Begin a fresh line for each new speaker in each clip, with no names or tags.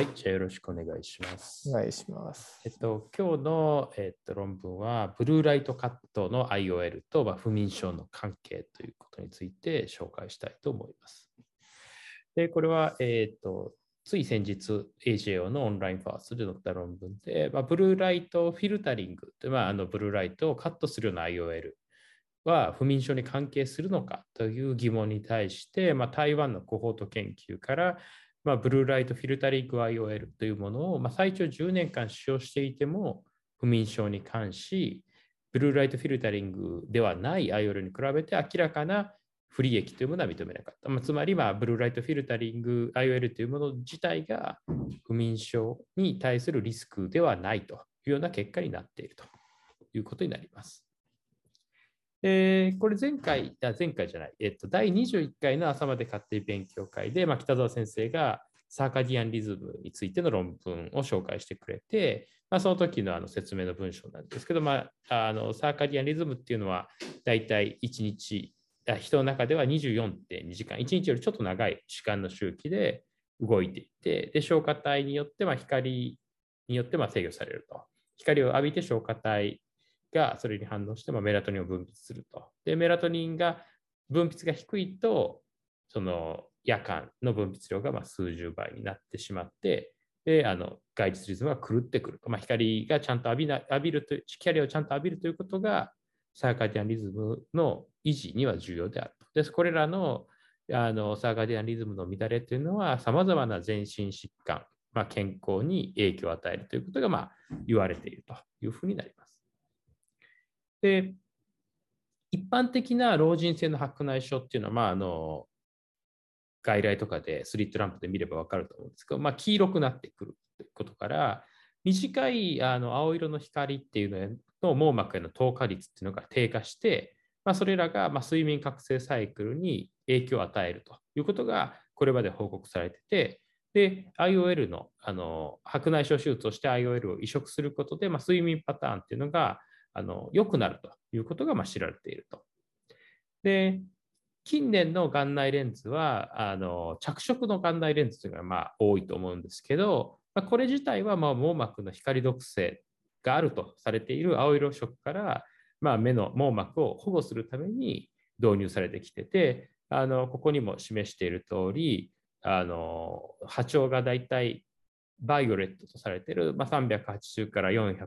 はい、じゃあよろしくお願いします。
お願いします。
今日の、論文は、ブルーライトカットの IOL と、不眠症の関係ということについて紹介したいと思います。で、これは、つい先日、AJO のオンラインファーストで載った論文で、ブルーライトフィルタリングという、ブルーライトをカットするような IOL は不眠症に関係するのかという疑問に対して、台湾のコホート研究から、ブルーライトフィルタリング IOL というものを、最長10年間使用していても不眠症に関し、ブルーライトフィルタリングではない IOL に比べて明らかな不利益というものは認めなかった。つまり、ブルーライトフィルタリング IOL というもの自体が不眠症に対するリスクではないというような結果になっているということになります。これ前回じゃない、第21回の朝まで勝手に勉強会で、北澤先生がサーカディアンリズムについての論文を紹介してくれて、その時の説明の文章なんですけど、サーカディアンリズムっていうのは、だいたい1日、人の中では 24.2 時間、1日よりちょっと長い時間の周期で動いていて、で消化体によって、光によって制御されると。光を浴びて消化体がそれに反応してメラトニンを分泌すると。で、メラトニンが分泌が低いと、その夜間の分泌量が数十倍になってしまって、で、外実リズムが狂ってくると。光がちゃんと浴びるという、光をちゃんと浴びるということが、サーカディアンリズムの維持には重要であると。です。これらのサーカディアンリズムの乱れというのは、さまざまな全身疾患、健康に影響を与えるということが言われているというふうになります。で、一般的な老人性の白内障っていうのは、外来とかでスリットランプで見れば分かると思うんですけど、黄色くなってくるということから、短い青色の光っていうのの網膜への透過率っていうのが低下して、それらが睡眠覚醒サイクルに影響を与えるということがこれまで報告されてて、で、IOL の、白内障手術をして IOL を移植することで、睡眠パターンっていうのが良くなるということが知られていると。で、近年の眼内レンズは着色の眼内レンズというのが多いと思うんですけど、これ自体は網膜の光毒性があるとされている青色色から、目の網膜を保護するために導入されてきてて、ここにも示している通り、波長がだいたいバイオレットとされている、380から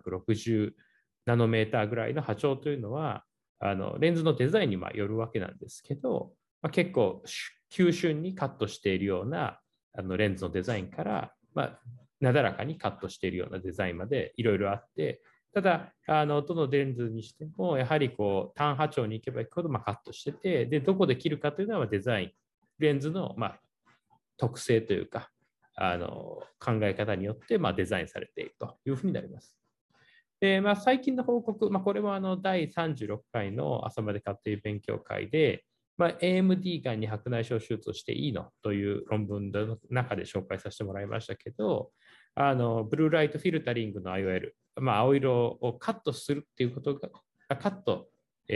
460ナノメーターぐらいの波長というのは、レンズのデザインによるわけなんですけど、結構急峻にカットしているようなレンズのデザインから、なだらかにカットしているようなデザインまでいろいろあって、ただどのレンズにしてもやはり単波長に行けば行くほどカットしてて、でどこで切るかというのはデザイン、レンズの特性というか考え方によってデザインされているというふうになります。で最近の報告、これは第36回の朝まで勝手に勉強会で、AMD がんに白内障手術をしていいのという論文の中で紹介させてもらいましたけど、ブルーライトフィルタリングの IOL、青色をカットするっていうことが、カット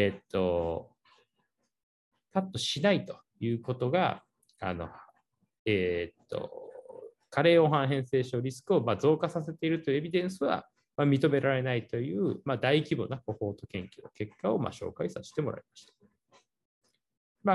しないということが、加齢黄斑変性症リスクを増加させているというエビデンスは認められないという、大規模なコホート研究の結果を紹介させてもらいました。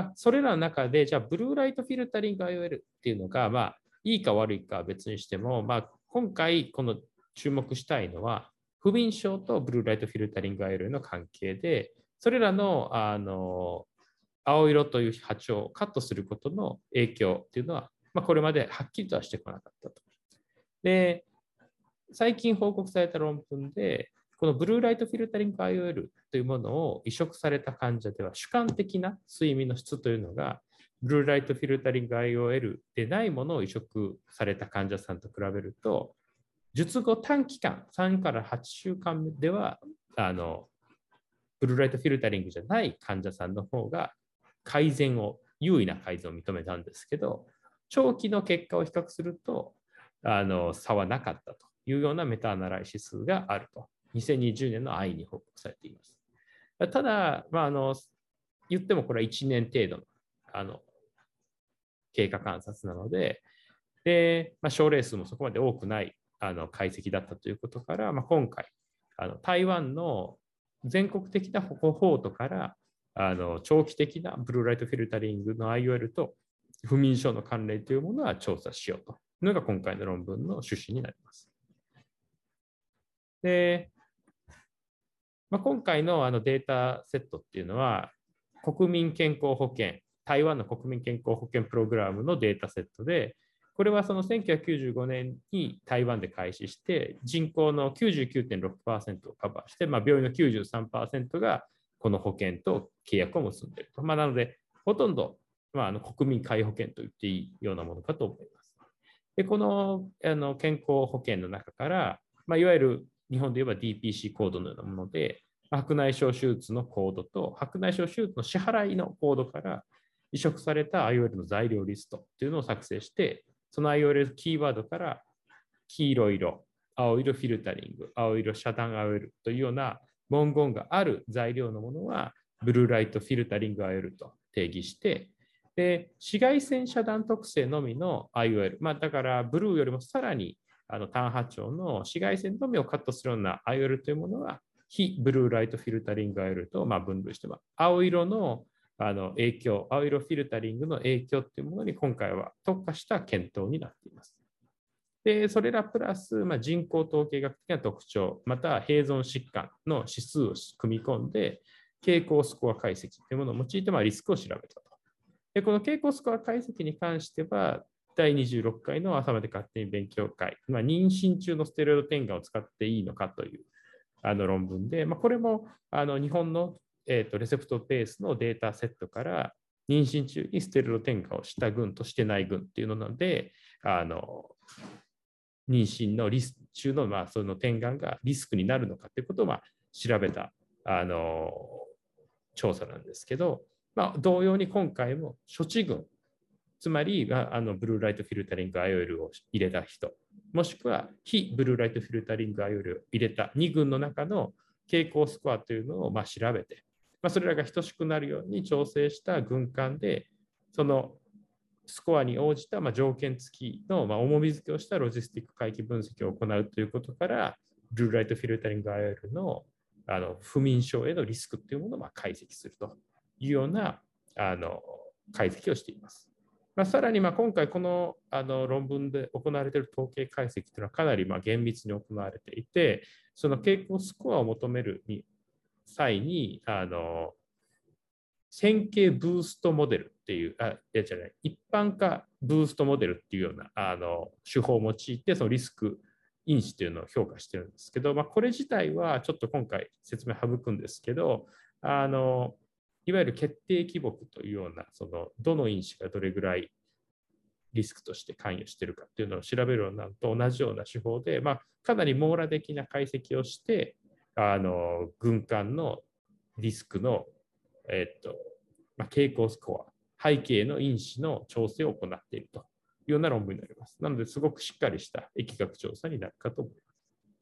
それらの中で、じゃあ、ブルーライトフィルタリング IOL っていうのが、いいか悪いかは別にしても、今回、この注目したいのは、不眠症とブルーライトフィルタリング IOL の関係で、それらの、青色という波長をカットすることの影響っていうのは、これまではっきりとはしてこなかったと。で、最近報告された論文で、このブルーライトフィルタリング IOL というものを移植された患者では、主観的な睡眠の質というのが、ブルーライトフィルタリング IOL でないものを移植された患者さんと比べると、術後短期間、3から8週間では、ブルーライトフィルタリングじゃない患者さんの方が優位な改善を認めたんですけど、長期の結果を比較すると、差はなかったというようなメタアナライシスがあると、2020年の I に報告されています。ただ、言ってもこれは1年程度の経過観察なので、 で、症例数もそこまで多くない解析だったということから、今回、台湾の全国的な保護法度から長期的なブルーライトフィルタリングの IOL と不眠症の関連というものは調査しようというのが今回の論文の趣旨になります。で、今回のデータセットっていうのは、国民健康保険、台湾の国民健康保険プログラムのデータセットで、これはその1995年に台湾で開始して、人口の 99.6% をカバーして、病院の 93% がこの保険と契約を結んでいると。なので、ほとんど、国民皆保険と言っていいようなものかと思います。で、この健康保険の中から、いわゆる日本で言えば DPC コードのようなもので、白内障手術のコードと白内障手術の支払いのコードから移植された IOL の材料リストというのを作成して、その IOL キーワードから黄色色、青色フィルタリング、青色遮断 IOL というような文言がある材料のものはブルーライトフィルタリング IOL と定義して、で紫外線遮断特性のみの IOL、だからブルーよりもさらに単波長の紫外線のみをカットするような IOL というものは非ブルーライトフィルタリング IOL と分類してます。青色の影響、青色フィルタリングの影響というものに今回は特化した検討になっています。で、それらプラス、人口統計学的な特徴、また併存疾患の指数を組み込んで、傾向スコア解析というものを用いてリスクを調べたと。で、この傾向スコア解析に関しては、第26回の朝まで勝手に勉強会、妊娠中のステロイド点眼を使っていいのかという論文で、これも日本の、レセプトベースのデータセットから妊娠中にステロイド点眼をした群としてない群っていうので、妊娠のリスク中の、その点眼がリスクになるのかということを調べた調査なんですけど、同様に今回も処置群、つまりブルーライトフィルタリング IOL を入れた人、もしくは非ブルーライトフィルタリング IOL を入れた2群の中の傾向スコアというのを調べて、それらが等しくなるように調整した群間で、そのスコアに応じた条件付きの重み付けをしたロジスティック回帰分析を行うということから、ブルーライトフィルタリング IOL の不眠症へのリスクというものを解析するというような解析をしています。さらに今回この論文で行われている統計解析というのはかなり厳密に行われていて、その傾向スコアを求める際に線形ブーストモデルっていう、一般化ブーストモデルっていうような手法を用いて、そのリスク因子というのを評価してるんですけど、これ自体はちょっと今回説明省くんですけど、いわゆる決定規模というような、どの因子がどれぐらいリスクとして関与しているかというのを調べるようになると同じような手法で、かなり網羅的な解析をして、群間のリスクの、傾向スコア、背景の因子の調整を行っているというような論文になります。なので、すごくしっかりした疫学調査になるかと思います。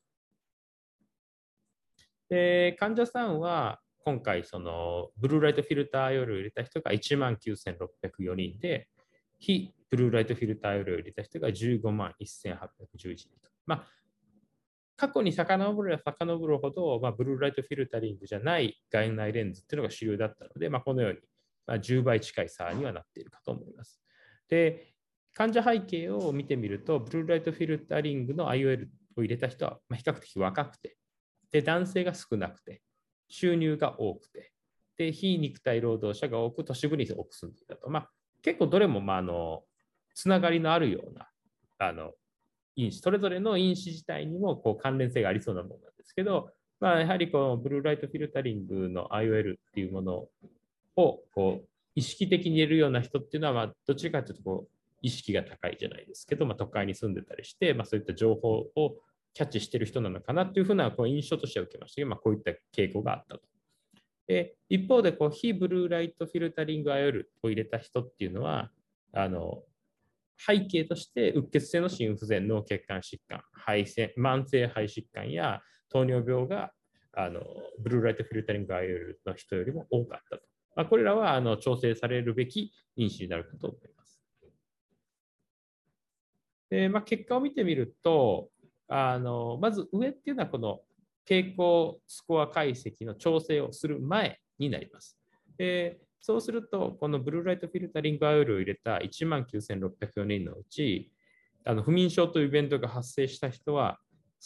で、患者さんは、今回、ブルーライトフィルター IOL を入れた人が19,604人で、非ブルーライトフィルター IOL を入れた人が151,811人と。過去に遡れば遡るほど、ブルーライトフィルタリングじゃない眼内レンズっていうのが主流だったので、このように10倍近い差にはなっているかと思います。で、患者背景を見てみると、ブルーライトフィルタリングの IOL を入れた人は比較的若くて、で男性が少なくて、収入が多くて、で非肉体労働者が多く、都市部に多く住んでいたと。結構どれもつながりのあるような因子、それぞれの因子自体にも関連性がありそうなものなんですけど、やはりこのブルーライトフィルタリングの IOL っていうものを意識的に入れるような人っていうのは、どちらかというと意識が高いじゃないですけど、都会に住んでたりして、そういった情報をキャッチしている人なのかなというふうな印象としては受けましたけど、こういった傾向があったと。で一方で非ブルーライトフィルタリング IOL を入れた人っていうのは、背景としてうっ血性の心不全、脳血管疾患、慢性肺疾患や糖尿病がブルーライトフィルタリング IOL の人よりも多かったと。これらは調整されるべき因子になるかと思います。 で、結果を見てみると、まず上っていうのはこの傾向スコア解析の調整をする前になります。で、そうすると、このブルーライトフィルタリング IOL を入れた19,604人のうち、不眠症というイベントが発生した人は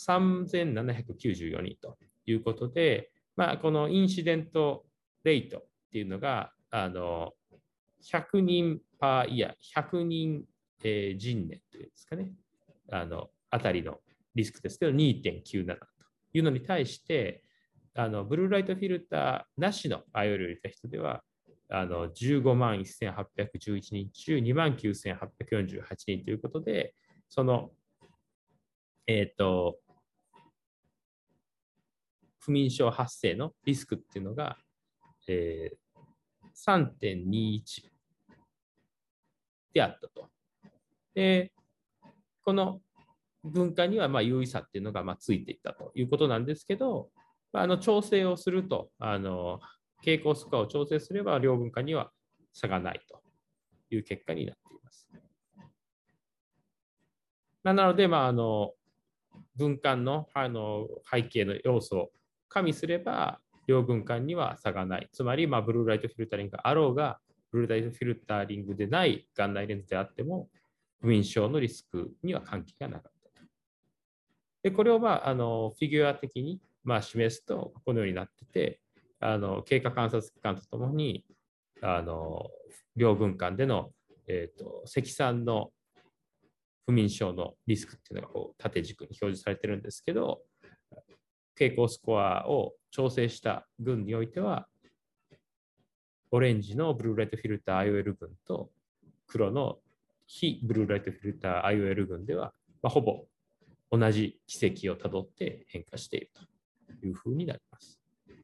3,794人ということで、このインシデントレートっていうのが、100人パーイヤー、100人、人年というんですかね、あたりのリスクですけど、2.97 というのに対して、ブルーライトフィルターなしの IOL を入れた人では、15万1811人中29,848人ということで、その、不眠症発生のリスクっていうのが、3.21 であったと。で、この文化には有意差っていうのがついていたということなんですけど、調整をすると、傾向スコアを調整すれば、両文化には差がないという結果になっています。なので、分間の、背景の要素を加味すれば、両分間には差がない。つまり、ブルーライトフィルタリングがあろうが、ブルーライトフィルタリングでない眼内レンズであっても、不眠症のリスクには関係がなかったと。で、これを、フィギュア的に、示すと、このようになってて、経過観察期間とともに、両分間での、積算の不眠症のリスクっていうのがこう縦軸に表示されてるんですけど、傾向スコアを調整した群においては、オレンジのブルーライトフィルター IOL 群と黒の非ブルーライトフィルター IOL 群では、ほぼ同じ軌跡をたどって変化しているというふうになります。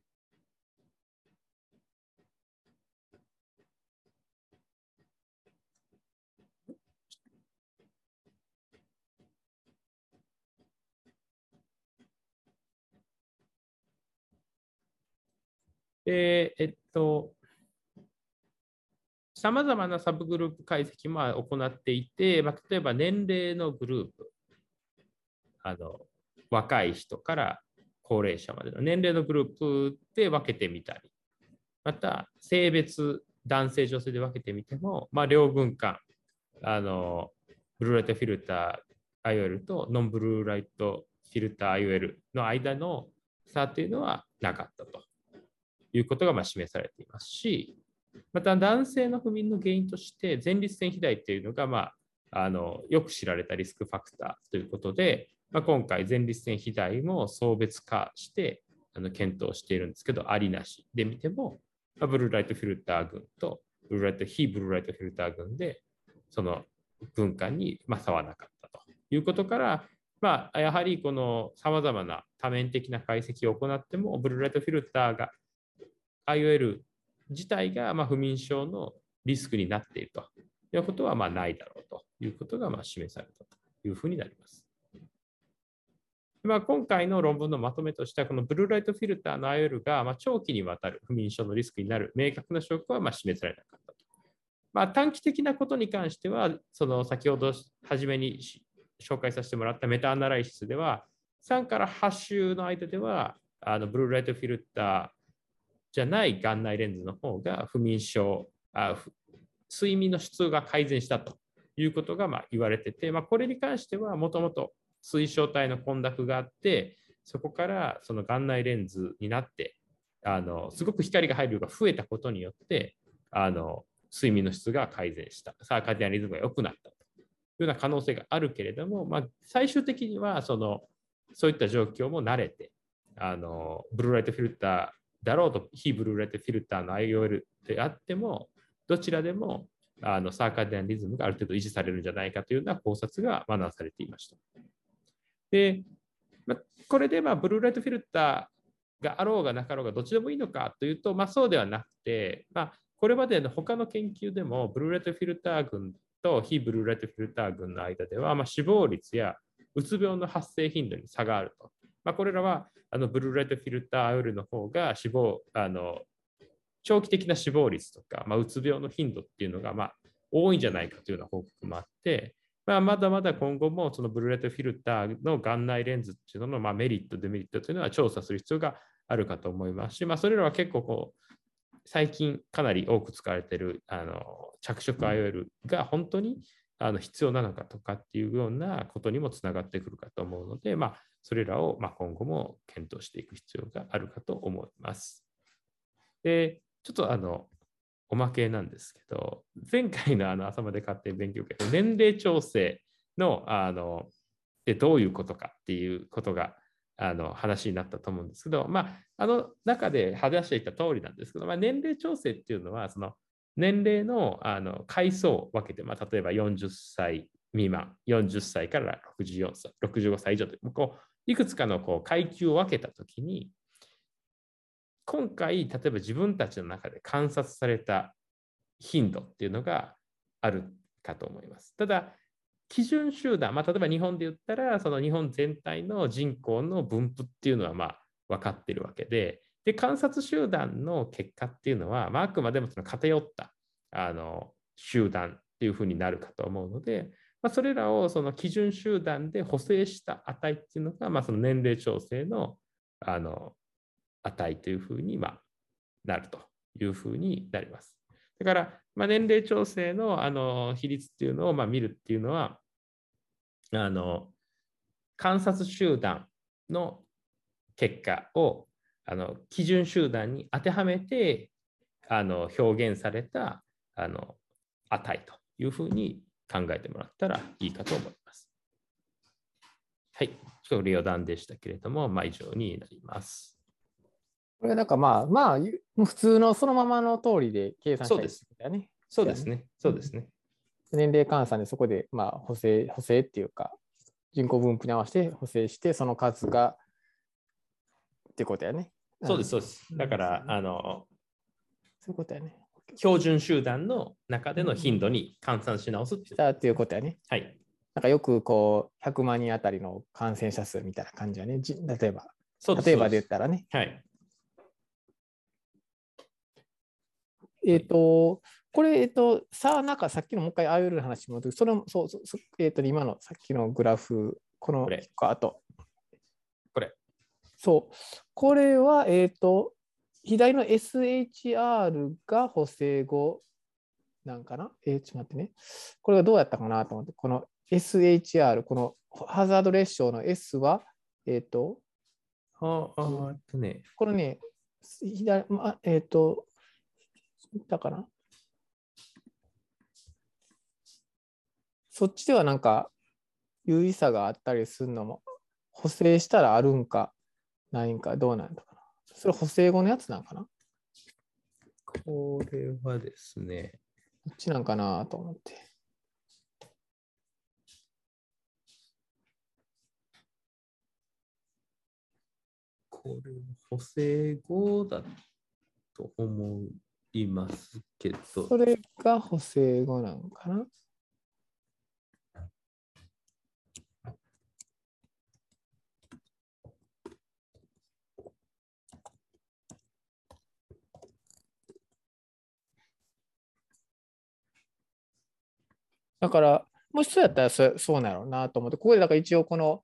さまざまなサブグループ解析も行っていて、例えば年齢のグループ、若い人から高齢者までの年齢のグループで分けてみたり、また性別、男性、女性で分けてみても、両分間、ブルーライトフィルター IOL とノンブルーライトフィルター IOL の間の差というのはなかったということが示されていますし、また男性の不眠の原因として前立腺肥大というのが、よく知られたリスクファクターということで、今回前立腺肥大も層別化して検討しているんですけど、ありなしで見ても、ブルーライトフィルター群とブルーライト、非ブルーライトフィルター群でその分間に差はなかったということから、やはりこのさまざまな多面的な解析を行っても、ブルーライトフィルターが IOL 自体が不眠症のリスクになっているということはないだろうということが示されたというふうになります。今回の論文のまとめとしては、このブルーライトフィルターの IOL が長期にわたる不眠症のリスクになる明確な証拠は示されなかったと。短期的なことに関しては、その先ほど初めに紹介させてもらったメタアナライシスでは、3から8週の間では、ブルーライトフィルターじゃない眼内レンズの方が不眠症、睡眠の質が改善したということが言われてて、これに関してはもともと水晶体の混濁があって、そこからその眼内レンズになって、すごく光が入る量が増えたことによって、睡眠の質が改善した、サーカディアンリズムが良くなったというような可能性があるけれども、最終的にはそういった状況も慣れて、ブルーライトフィルターだろうと、非ブルーライトフィルターの IOL であっても、どちらでもサーカディアンリズムがある程度維持されるんじゃないかというような考察がなされていました。で、これでブルーライトフィルターがあろうがなかろうがどっちでもいいのかというと、そうではなくて、これまでの他の研究でもブルーライトフィルター群と非ブルーライトフィルター群の間では、死亡率やうつ病の発生頻度に差があると。これらはブルーライトフィルター IOL の方が長期的な死亡率とか、うつ病の頻度っていうのが多いんじゃないかというような報告もあって、 まだまだ今後もそのブルーライトフィルターの眼内レンズっていうののメリット、デメリットというのは調査する必要があるかと思いますし、それらは結構最近かなり多く使われている着色 IOL が本当に必要なのかとかっていうようなことにもつながってくるかと思うので、それらを今後も検討していく必要があるかと思います。で、ちょっとおまけなんですけど、前回の朝まで勝手に勉強会で年齢調整のでどういうことかっていうことが話になったと思うんですけど、中で話していた通りなんですけど、年齢調整っていうのは、その年齢の階層を分けて、例えば40歳未満、40歳から64歳、65歳以上という、いくつかの階級を分けたときに、今回、例えば自分たちの中で観察された頻度っていうのがあるかと思います。ただ、基準集団、例えば日本で言ったら、その日本全体の人口の分布っていうのは分かっているわけで、観察集団の結果っていうのは、あくまでもその偏った集団っていうふうになるかと思うので、それらをその基準集団で補正した値っていうのが、その年齢調整の値というふうになるというふうになります。だから、年齢調整の比率っていうのを見るっていうのは、観察集団の結果を基準集団に当てはめて表現された値というふうに考えてもらったらいいかと思います。はい、ちょっと余談でしたけれども、以上になります。
これなんか普通のそのままの通りで計算したいですよね。
そうですね。そうですね。
年齢換算でそこで補正っていうか、人口分布に合わせて補正して、その数がってことやね。
そうです、そうです。だから、
そういうことやね。
標準集団の中での頻度に換算し直す
っていうことやね。
はい。
なんかよく100万人あたりの感染者数みたいな感じやね。例えばで言ったらね。
はい。
これ、さあ、なんかさっきのもう一回 IOL の話も、それも今のさっきのグラフ、このあと。
これ。
そう。これは、左の SHR が補正後なんかな。ちょっと待ってね。これがどうやったかなと思って、この SHR、このハザードレッショーの S は、このね、左、だかな。そっちではなんか有意差があったりするのも補正したらあるんかないんかどうなんだかな。それ補正後のやつなんかな。
これはですね。
どっちなんかなと思って。
これ補正後だと思いますけど。
それが補正後なんかな。だから、もしそうやったらそうなのなと思って、ここでだから一応この、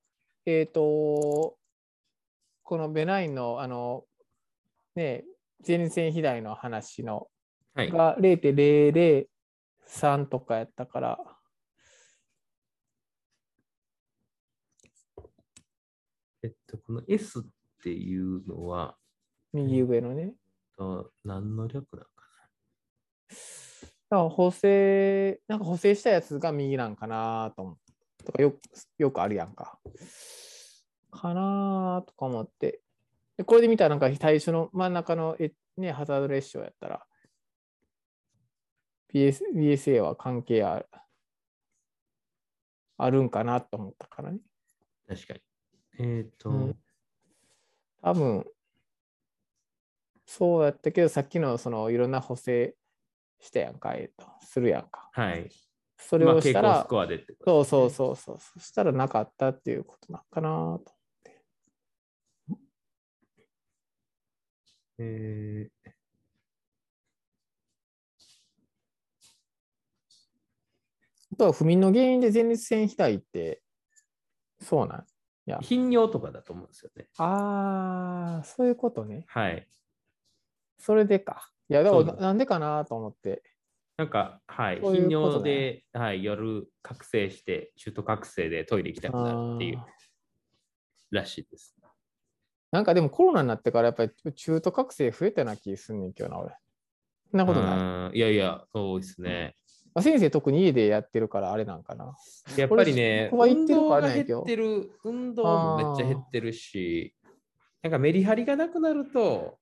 このベナインの、前線肥大の話のが0.003とかやったから、
この S っていうのは、
右上のね。
何の略なのか
なんか補正したやつが右なんかなと思って。とかよくあるやんか。かなとか思って。でこれで見たらなんか最初の真ん中のハザードレッションやったら BSA は関係あるんかなと思ったからね。
確かに。
多分、そうやったけど、さっきのいろんな補正したやんか、するやんか。
はい。
それをしたら、
傾向スコアでってこ
とそう。そしたらなかったっていうことなのかなと思って。 ことは不眠の原因で前立腺肥大って、そうなんや。
頻尿とかだと思うんですよね。
ああ、そういうことね。
はい。
それでか。いや、でも
そうです。
なんでかなと思って。
なんか、はい、頻
そういうことね。
尿で、はい、夜覚醒して、中途覚醒でトイレ行きたくなるっていう
ああ。
らしいです。
なんかでもコロナになってからやっぱり中途覚醒増えたな気すんねんけどな、俺。そんなことない。
いやいや、そうですね。
まあ、先生特に家でやってるからあれなんかな。
やっぱ
俺、
りね、
職場行ってるから
運動が減っ
ねんけど。
てる、運動もめっちゃ減っ
あ
てるし、なんかメリハリがなくなると、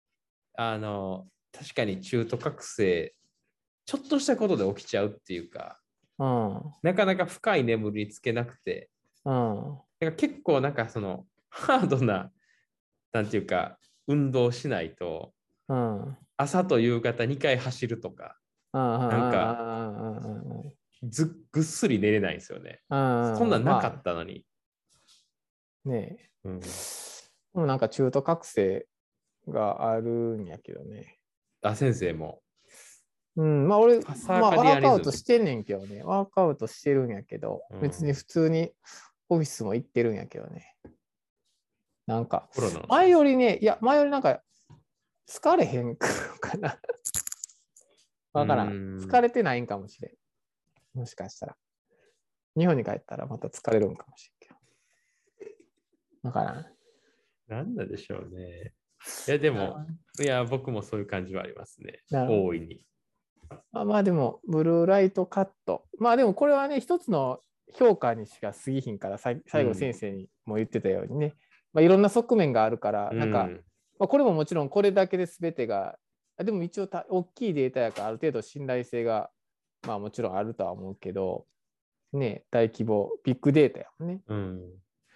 確かに中途覚醒、ちょっとしたことで起きちゃうっていうか、
あ、
なかなか深い眠りにつけなくて、
うん、うん、
なんか結構なんかその、ハードな、なんていうか、運動しないと、
うん、うん、
朝と夕方2回走るとか、
うん、うん、
なんかぐっすり寝れないんですよね。そんなんなか
ま
ったのに。
あね
うん、
でもなんか中途覚醒があるんやけどね。
あ、先生も。
うん、まあ俺、まあ
サーカディ
ワークアウト
アリズム。
してんねんけどね。ワークアウトしてるんやけど、
うん、
別に普通にオフィスも行ってるんやけどね。なんか、
コロナのせいです。
前よりね、いや、前よりなんか疲れへんかな。
う
わからん。疲
ん。
れてないんかもしれん。もしかしたら。日本に帰ったらまた疲れるんかもしれんけど。わからん。
なんなんでしょうね。いや、でも、いや、僕もそういう感じはありますね。
なるほど。
大いに。
まあでも、ブルーライトカット。まあでもこれはね、一つの評価にしか過ぎひんから、最後
うん。
先生にも言ってたようにね、まあ、いろんな側面があるから、
う
なんか、
ん。
まあ、これももちろんこれだけで全てが、でも一応大きいデータやからある程度信頼性が、まあもちろんあるとは思うけど、ね、大規模、ビッグデータやもんね。
うん。
うん。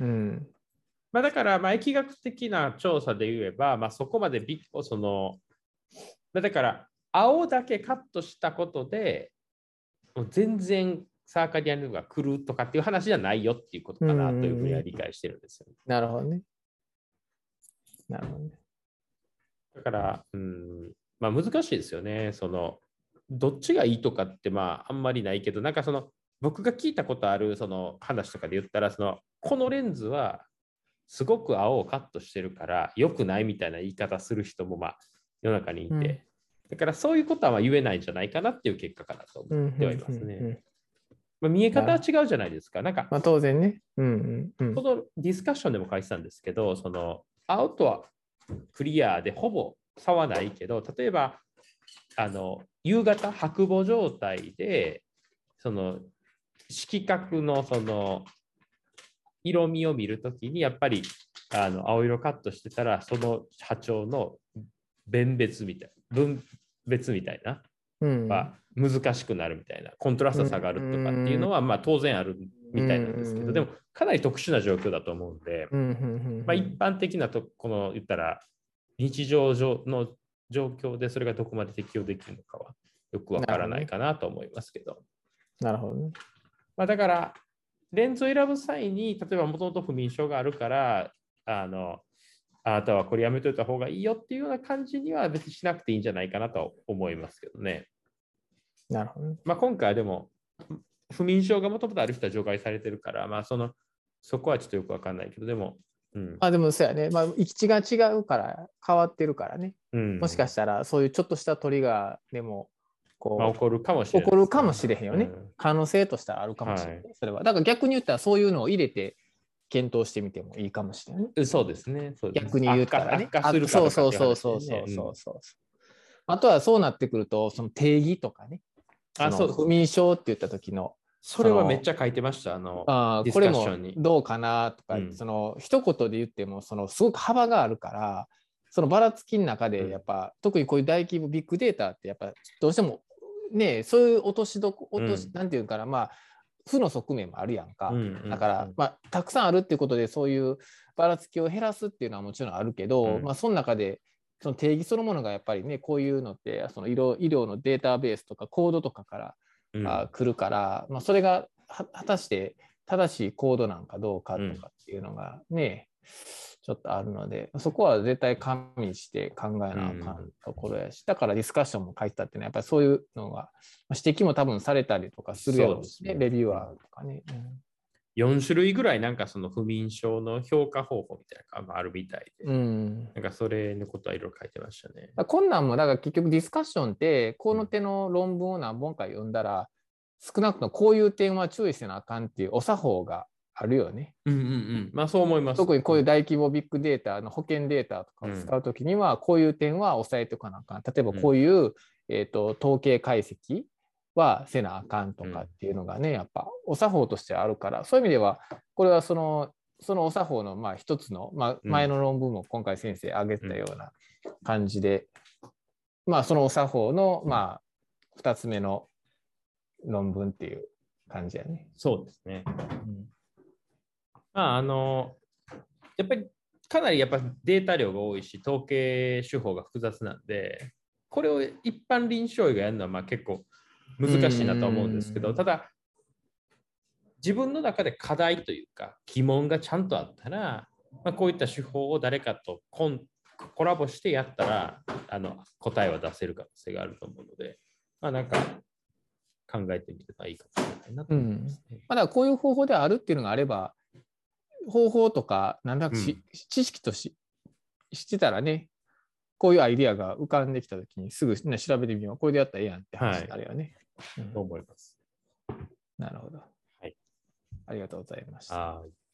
まあ、だから、まあ、疫学的な調査で言えば、まあ、そこまでその、だから、青だけカットしたことで、もう全然サーカディアンリズムが来るとかっていう話じゃないよっていうこと
うん
かなというふうには
うんうん。
理解してるんですよね。
なるほどね。なるほどね。
だから、まあ、難しいですよね。その、どっちがいいとかって、まあ、あんまりないけど、なんかその、僕が聞いたことあるその話とかで言ったら、その、このレンズはすごく青をカットしてるから良くないみたいな言い方する人もまあ世の中にい
うん。
て、だからそういうことはまあ言えないんじゃないかなっていう結果かなと思っ
うん。う
てはい
ん。うん。う
ますね。
ん。
まあ、見え方は
なるほど。
違うじゃないですか。なんか、
まあ当然ね。うん。うん。うん。
このディスカッションでも書いてたんですけど、その青とはクリアでほぼ差はないけど、例えば夕方白母状態でその色角のその色味を見るときにやっぱり青色カットしてたらその波長の分別みたいな
うん。
は難しくなるみたいなコントラス
う
ト下がるとかっていうの
ん。
はまあ当然ある
う
みたいなんですけどでも
ん。
かなり特殊な状況だと思うんで、
うん。う
まあ、一
ん。
般的なとこの言ったら日常上の状況でそれがどこまで適用できるのかはよくわからない
なるほどね。
かなと思いますけど、
なるほどね。
まあ、だからレンズを選ぶ際に、例えばもともと不眠症があるから、あなたはこれやめといた方がいいよっていうような感じには別にしなくていいんじゃないかなと思いますけどね。
なるほどね。
まあ、今回はでも、不眠症がもともとある人は除外されてるから、まあ、そこはちょっとよくわかんないけど、でも、
まあでもそうやね。まあ行き地が違うから変わってるからね。
うん、
もしかしたらそういうちょっとしたトリガーでも
まあ、
こ
起こるかもし
う起こ
れないですね。
るかもしれへんよね。
うん、
可能性としてはあるかもしれ
は
ない。それは。だから逆に言ったらそういうのを入れて検討してみてもいいかもしれないね。
い。そうですね。そうですね。
逆に言ったらね。
悪化するか
そう
とかっていう
そうそう
話でね。
そうそうそうそう。あとはそうなってくると、その定義とかね。その
そう。
不眠症って言った時の、
それはめっ
その
ちゃ書いてました。ディス
これも
カッションに。
どうかなとか、
うん。
その一言で言っても、そのすごく幅があるから、そのばらつきの中で、や
うん。
っぱ、特にこういう大規模ビッグデータって、やっぱ、どうしても、ね、そういうなんていうかな、まあ、負の側面もあるやんか。
うん。うん。
だから、まあ、たくさんあるっていうことで、そういうばらつきを減らすっていうのはもちろんあるけど、まあ、その中で、その定義そのものがやっぱりね、こういうのって、その医療のデータベースとかコードとかから
うん。
来るから、まあ、それが果たして正しいコードなんかどうか
うん。
とかっていうのがね、 ちょっとあるので、そこは絶対加味して考えなあかんところやし、だからディスカッションも書いてたっていうのは、やっぱりそういうのが、指摘も多分されたりとかするやろうしね、
そうですね
レビュアーとかね。
4種類ぐらいなんかその不眠症の評価方法みたいなのがあるみたいで、なんかそれのことはいろいろ書いてましたね。
困難も、だから結局ディスカッションって、この手の論文を何本か読んだら、少なくともこういう点は注意せなあかんっていうお作法があるよね。
まあそう思います。
特にこういう大規模ビッグデータの保険データとかを使うときには、こういう点は押さえておかなあかん。例えばこういう、統計解析はせなあかんとかっていうのがね、やっぱお作法としてあるから、そういう意味では、これはそのお作法のまあ一つの、まあ、前の論文も今回先生挙げてたような感じで、まあそのお作法のまあ2つ目の論文っていう感じやね。
そうですね。まあやっぱりかなりやっぱデータ量が多いし、統計手法が複雑なんで、これを一般臨床医がやるのはまあ結構難しいなと思うんですけど、ただ、自分の中で課題というか疑問がちゃんとあったら、まあ、こういった手法を誰かとコラボしてやったら答えは出せる可能性があると思うので、まあ、なんか考えてみればいいかもしれないなと思いますね。
まだこういう方法であるっていうのがあれば、方法とか何だか知識としてたらね、こういうアイディアが浮かんできたときにすぐ、ね、調べてみよう。これでやったらええやんって話になるよね。
と思います。
なるほど。
はい。
ありがとうございました。
はい。